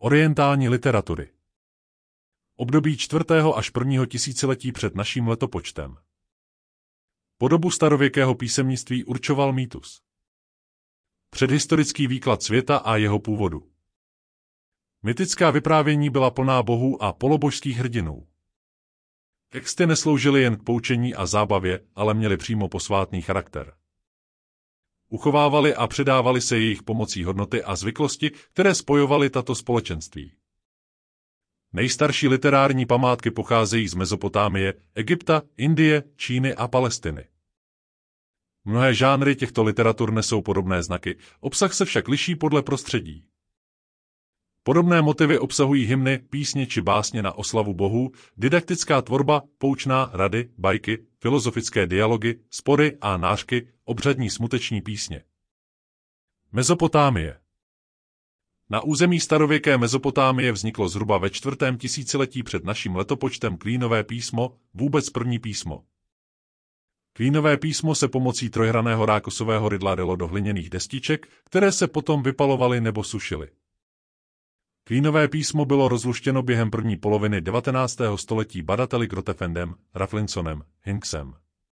Orientální literatury. Období 4. až 1. tisíciletí před naším letopočtem. Podobu starověkého písemnictví určoval mýtus. Předhistorický výklad světa a jeho původu. Mytická vyprávění byla plná bohů a polobožských hrdinů. Texty nesloužily jen k poučení a zábavě, ale měly přímo posvátný charakter. Uchovávaly a předávaly se jejich pomocí hodnoty a zvyklosti, které spojovaly tato společenství. Nejstarší literární památky pocházejí z Mezopotámie, Egypta, Indie, Číny a Palestiny. Mnohé žánry těchto literatur nesou podobné znaky, obsah se však liší podle prostředí. Podobné motivy obsahují hymny, písně či básně na oslavu bohů, didaktická tvorba, poučná, rady, bajky, filozofické dialogy, spory a nářky, obřadní smuteční písně. Mezopotámie. Na území starověké Mezopotámie vzniklo zhruba ve 4. tisíciletí před naším letopočtem klínové písmo, vůbec první písmo. Klínové písmo se pomocí trojhraného rákosového rydla dalo do hliněných destiček, které se potom vypalovaly nebo sušily. Klínové písmo bylo rozluštěno během první poloviny 19. století badateli Grotefendem, Rafflinsonem, Hinksem.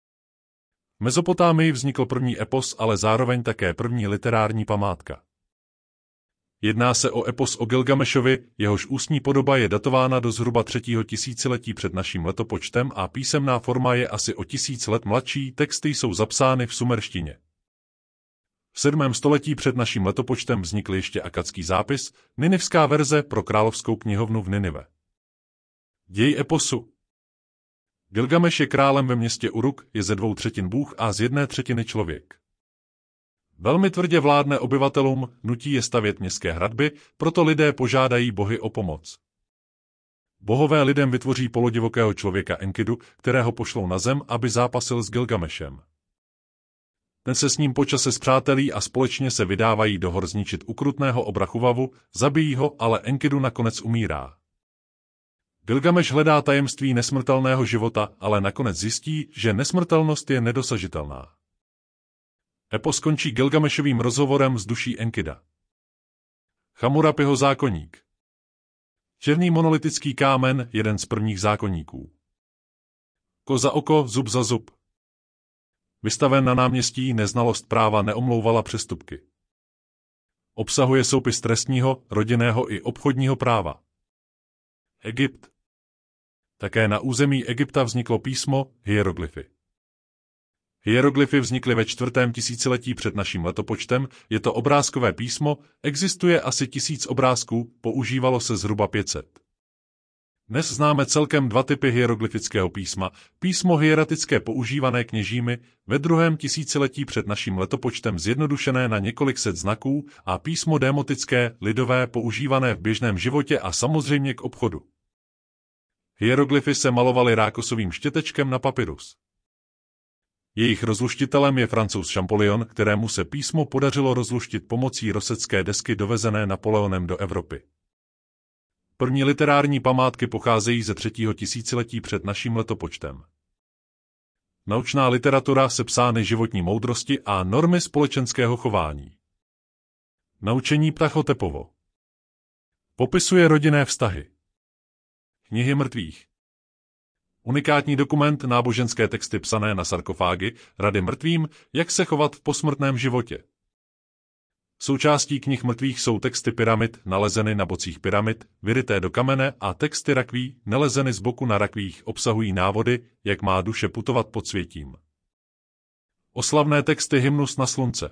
V Mezopotámii vznikl první epos, ale zároveň také první literární památka. Jedná se o epos o Gilgamešovi, jehož ústní podoba je datována do zhruba 3. tisíciletí před naším letopočtem a písemná forma je asi o 1000 let mladší, texty jsou zapsány v sumerštině. V 7. století před naším letopočtem vznikl ještě akadský zápis, ninivská verze pro královskou knihovnu v Ninive. Děj eposu. Gilgameš je králem ve městě Uruk, je ze 2/3 bůh a z 1/3 člověk. Velmi tvrdě vládne obyvatelům, nutí je stavět městské hradby, proto lidé požádají bohy o pomoc. Bohové lidem vytvoří polodivokého člověka Enkidu, kterého pošlou na zem, aby zápasil s Gilgamešem. Ten se s ním po čase spřátelí a společně se vydávají do hor zničit ukrutného Obrachuvavu, zabijí ho, ale Enkidu nakonec umírá. Gilgameš hledá tajemství nesmrtelného života, ale nakonec zjistí, že nesmrtelnost je nedosažitelná. Epos končí Gilgamešovým rozhovorem s duší Enkida. Chamurapiho zákoník. Černý monolitický kámen, jeden z prvních zákoníků. Oko za oko, zub za zub. Vystaven na náměstí, neznalost práva neomlouvala přestupky. Obsahuje soupis trestního, rodinného i obchodního práva. Egypt. Také na území Egypta vzniklo písmo, hieroglyfy. Hieroglyfy vznikly ve 4. tisíciletí před naším letopočtem, je to obrázkové písmo, existuje asi 1000 obrázků, používalo se zhruba 500. Dnes známe celkem 2 typy hieroglyfického písma, písmo hieratické používané kněžími, ve 2. tisíciletí před naším letopočtem zjednodušené na několik set znaků a písmo démotické, lidové používané v běžném životě a samozřejmě k obchodu. Hieroglyfy se malovaly rákosovým štětečkem na papyrus. Jejich rozluštitelem je Francouz Champollion, kterému se písmo podařilo rozluštit pomocí rosecké desky dovezené Napoleonem do Evropy. První literární památky pocházejí ze 3. tisíciletí před naším letopočtem. Naučná literatura sepsány životní moudrosti a normy společenského chování. Naučení Ptachotepovo. Popisuje rodinné vztahy. Knihy mrtvých. Unikátní dokument, náboženské texty psané na sarkofágy, rady mrtvým, jak se chovat v posmrtném životě. Součástí knih mrtvých jsou texty pyramid, nalezeny na bocích pyramid, vyryté do kamene a texty rakví, nalezeny z boku na rakvích, obsahují návody, jak má duše putovat pod světím. Oslavné texty Hymnus na slunce.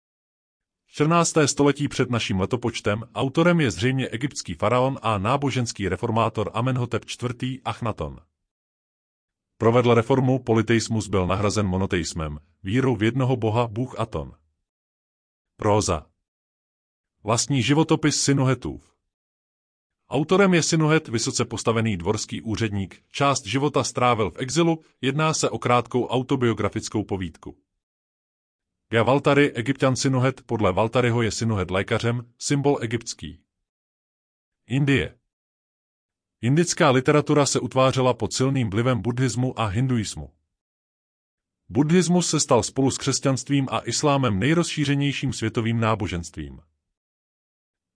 14. století před naším letopočtem, autorem je zřejmě egyptský faraon a náboženský reformátor Amenhotep IV. Achnaton. Provedl reformu, polyteismus byl nahrazen monoteismem, vírou v jednoho boha, bůh Aton. Próza. Vlastní životopis Sinuhetův. Autorem je Sinuhet, vysoce postavený dvorský úředník, část života strávil v exilu, jedná se o krátkou autobiografickou povídku. Ga Valtari, Egypťan Sinuhet, podle Valtariho je Sinuhet lékařem, symbol egyptský. Indie. Indická literatura se utvářela pod silným vlivem buddhismu a hinduismu. Buddhismus se stal spolu s křesťanstvím a islámem nejrozšířenějším světovým náboženstvím.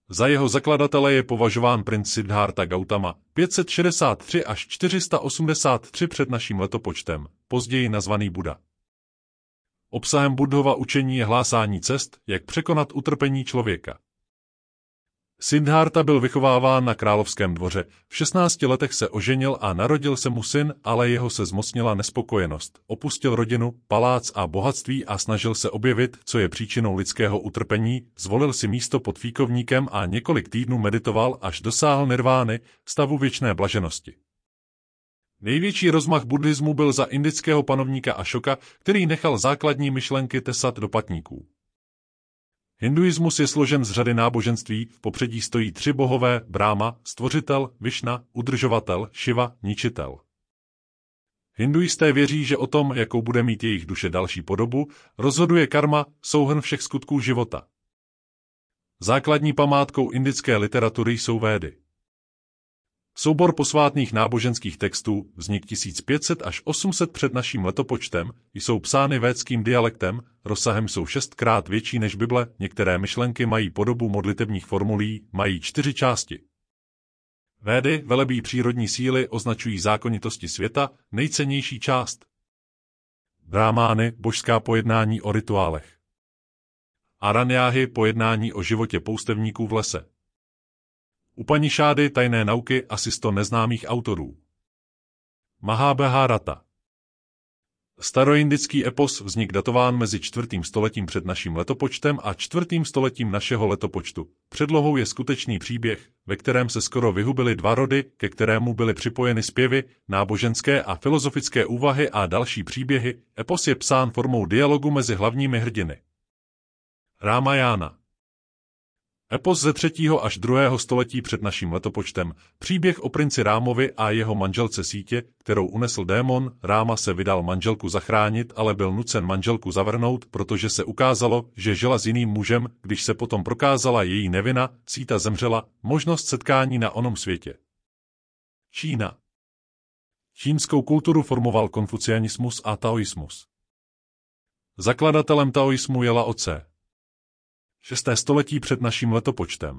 Za jeho zakladatele je považován princ Siddhártha Gautama 563 až 483 před naším letopočtem, později nazvaný Buddha. Obsahem Buddhova učení je hlásání cest, jak překonat utrpení člověka. Siddhártha byl vychováván na královském dvoře, v 16 letech se oženil a narodil se mu syn, ale jeho se zmocnila nespokojenost. Opustil rodinu, palác a bohatství a snažil se objevit, co je příčinou lidského utrpení, zvolil si místo pod fíkovníkem a několik týdnů meditoval, až dosáhl nirvány, stavu věčné blaženosti. Největší rozmach buddhismu byl za indického panovníka Ašoka, který nechal základní myšlenky tesat do patníků. Hinduismus je složen z řady náboženství, v popředí stojí 3 bohové, Bráma, stvořitel, Višna, udržovatel, Šiva, ničitel. Hinduisté věří, že o tom, jakou bude mít jejich duše další podobu, rozhoduje karma, souhrn všech skutků života. Základní památkou indické literatury jsou Védy. Soubor posvátných náboženských textů, vznik 1500 až 800 před naším letopočtem, jsou psány védským dialektem, rozsahem jsou 6krát větší než Bible, některé myšlenky mají podobu modlitebních formulí, mají 4 části. Védy velebí přírodní síly, označují zákonitosti světa, nejcennější část. Brahmány, božská pojednání o rituálech. Aranyáhy, pojednání o životě poustevníků v lese. Upanišády, tajné nauky, asi 100 neznámých autorů. Mahabharata. Staroindický epos, vznik datován mezi 4. stoletím před naším letopočtem a 4. stoletím našeho letopočtu. Předlohou je skutečný příběh, ve kterém se skoro vyhubily 2 rody, ke kterému byly připojeny zpěvy, náboženské a filozofické úvahy a další příběhy. Epos je psán formou dialogu mezi hlavními hrdiny. Ramayana. Epos ze 3. až 2. století před naším letopočtem, příběh o princi Rámovi a jeho manželce Sítě, kterou unesl démon. Ráma se vydal manželku zachránit, ale byl nucen manželku zavrhnout, protože se ukázalo, že žila s jiným mužem, když se potom prokázala její nevina, Sýta zemřela, možnost setkání na onom světě. Čína. Čínskou kulturu formoval konfucianismus a taoismus. Zakladatelem taoismu je Lao Tse. 6. století před naším letopočtem.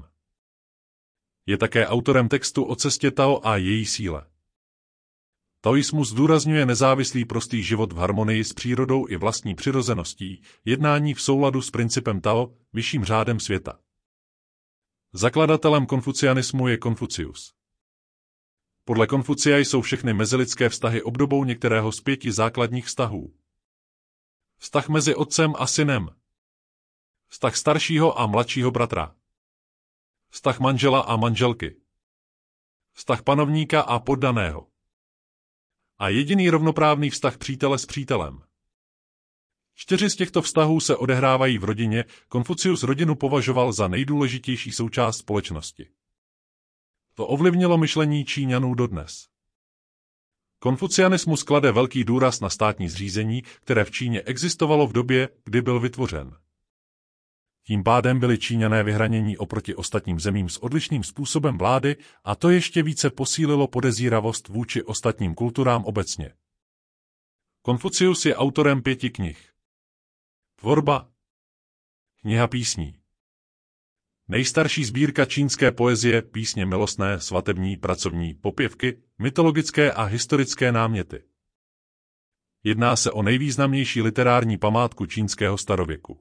Je také autorem textu o cestě Tao a její síle. Taoismus zdůrazňuje nezávislý prostý život v harmonii s přírodou i vlastní přirozeností, jednání v souladu s principem Tao, vyšším řádem světa. Zakladatelem konfucianismu je Konfucius. Podle Konfucia jsou všechny mezilidské vztahy obdobou některého z 5 základních vztahů. Vztah mezi otcem a synem. Vztah staršího a mladšího bratra. Vztah manžela a manželky. Vztah panovníka a poddaného. A jediný rovnoprávný vztah přítele s přítelem. 4 z těchto vztahů se odehrávají v rodině, Konfucius rodinu považoval za nejdůležitější součást společnosti. To ovlivnilo myšlení Číňanů dodnes. Konfucianismus klade velký důraz na státní zřízení, které v Číně existovalo v době, kdy byl vytvořen. Tím pádem byli Číňané vyhranění oproti ostatním zemím s odlišným způsobem vlády a to ještě více posílilo podezíravost vůči ostatním kulturám obecně. Konfucius je autorem 5 knih. Tvorba. Kniha písní. Nejstarší sbírka čínské poezie, písně milostné, svatební, pracovní, popěvky, mytologické a historické náměty. Jedná se o nejvýznamnější literární památku čínského starověku.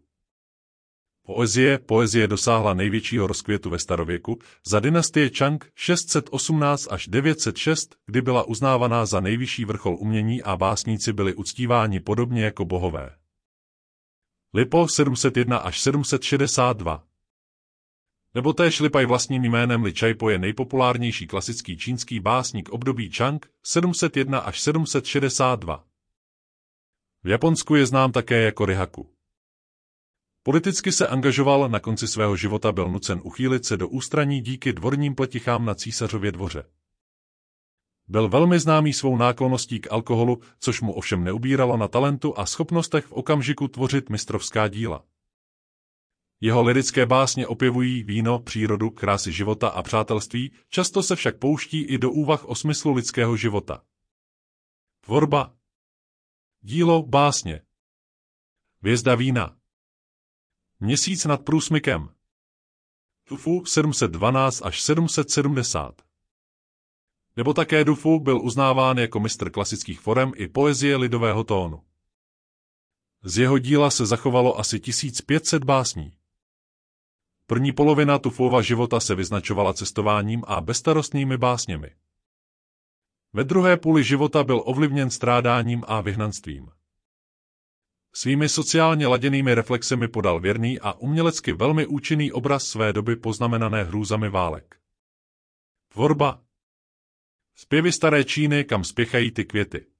Poezie dosáhla největšího rozkvětu ve starověku za dynastie Čang 618 až 906, kdy byla uznávaná za nejvyšší vrchol umění a básníci byli uctíváni podobně jako bohové. Lipo 701 až 762. Nebo též Lipaj vlastním jménem Li Chaipo je nejpopulárnější klasický čínský básník období Čang 701 až 762. V Japonsku je znám také jako Rihaku. Politicky se angažoval, na konci svého života byl nucen uchýlit se do ústraní díky dvorním pletichám na císařově dvoře. Byl velmi známý svou náklonností k alkoholu, což mu ovšem neubíralo na talentu a schopnostech v okamžiku tvořit mistrovská díla. Jeho lyrické básně opěvují víno, přírodu, krásy života a přátelství, často se však pouští i do úvah o smyslu lidského života. Tvorba. Dílo, básně. Hvězda vína. Měsíc nad průsmykem. Tu Fu 712 až 770. Nebo také Du Fu byl uznáván jako mistr klasických forem i poezie lidového tónu. Z jeho díla se zachovalo asi 1500 básní. První polovina Tu Fuova života se vyznačovala cestováním a bezstarostnými básněmi. Ve druhé půli života byl ovlivněn strádáním a vyhnanstvím. Svými sociálně laděnými reflexemi podal věrný a umělecky velmi účinný obraz své doby poznamenané hrůzami válek. Tvorba. Zpěvy staré Číny, kam spěchají ty květy.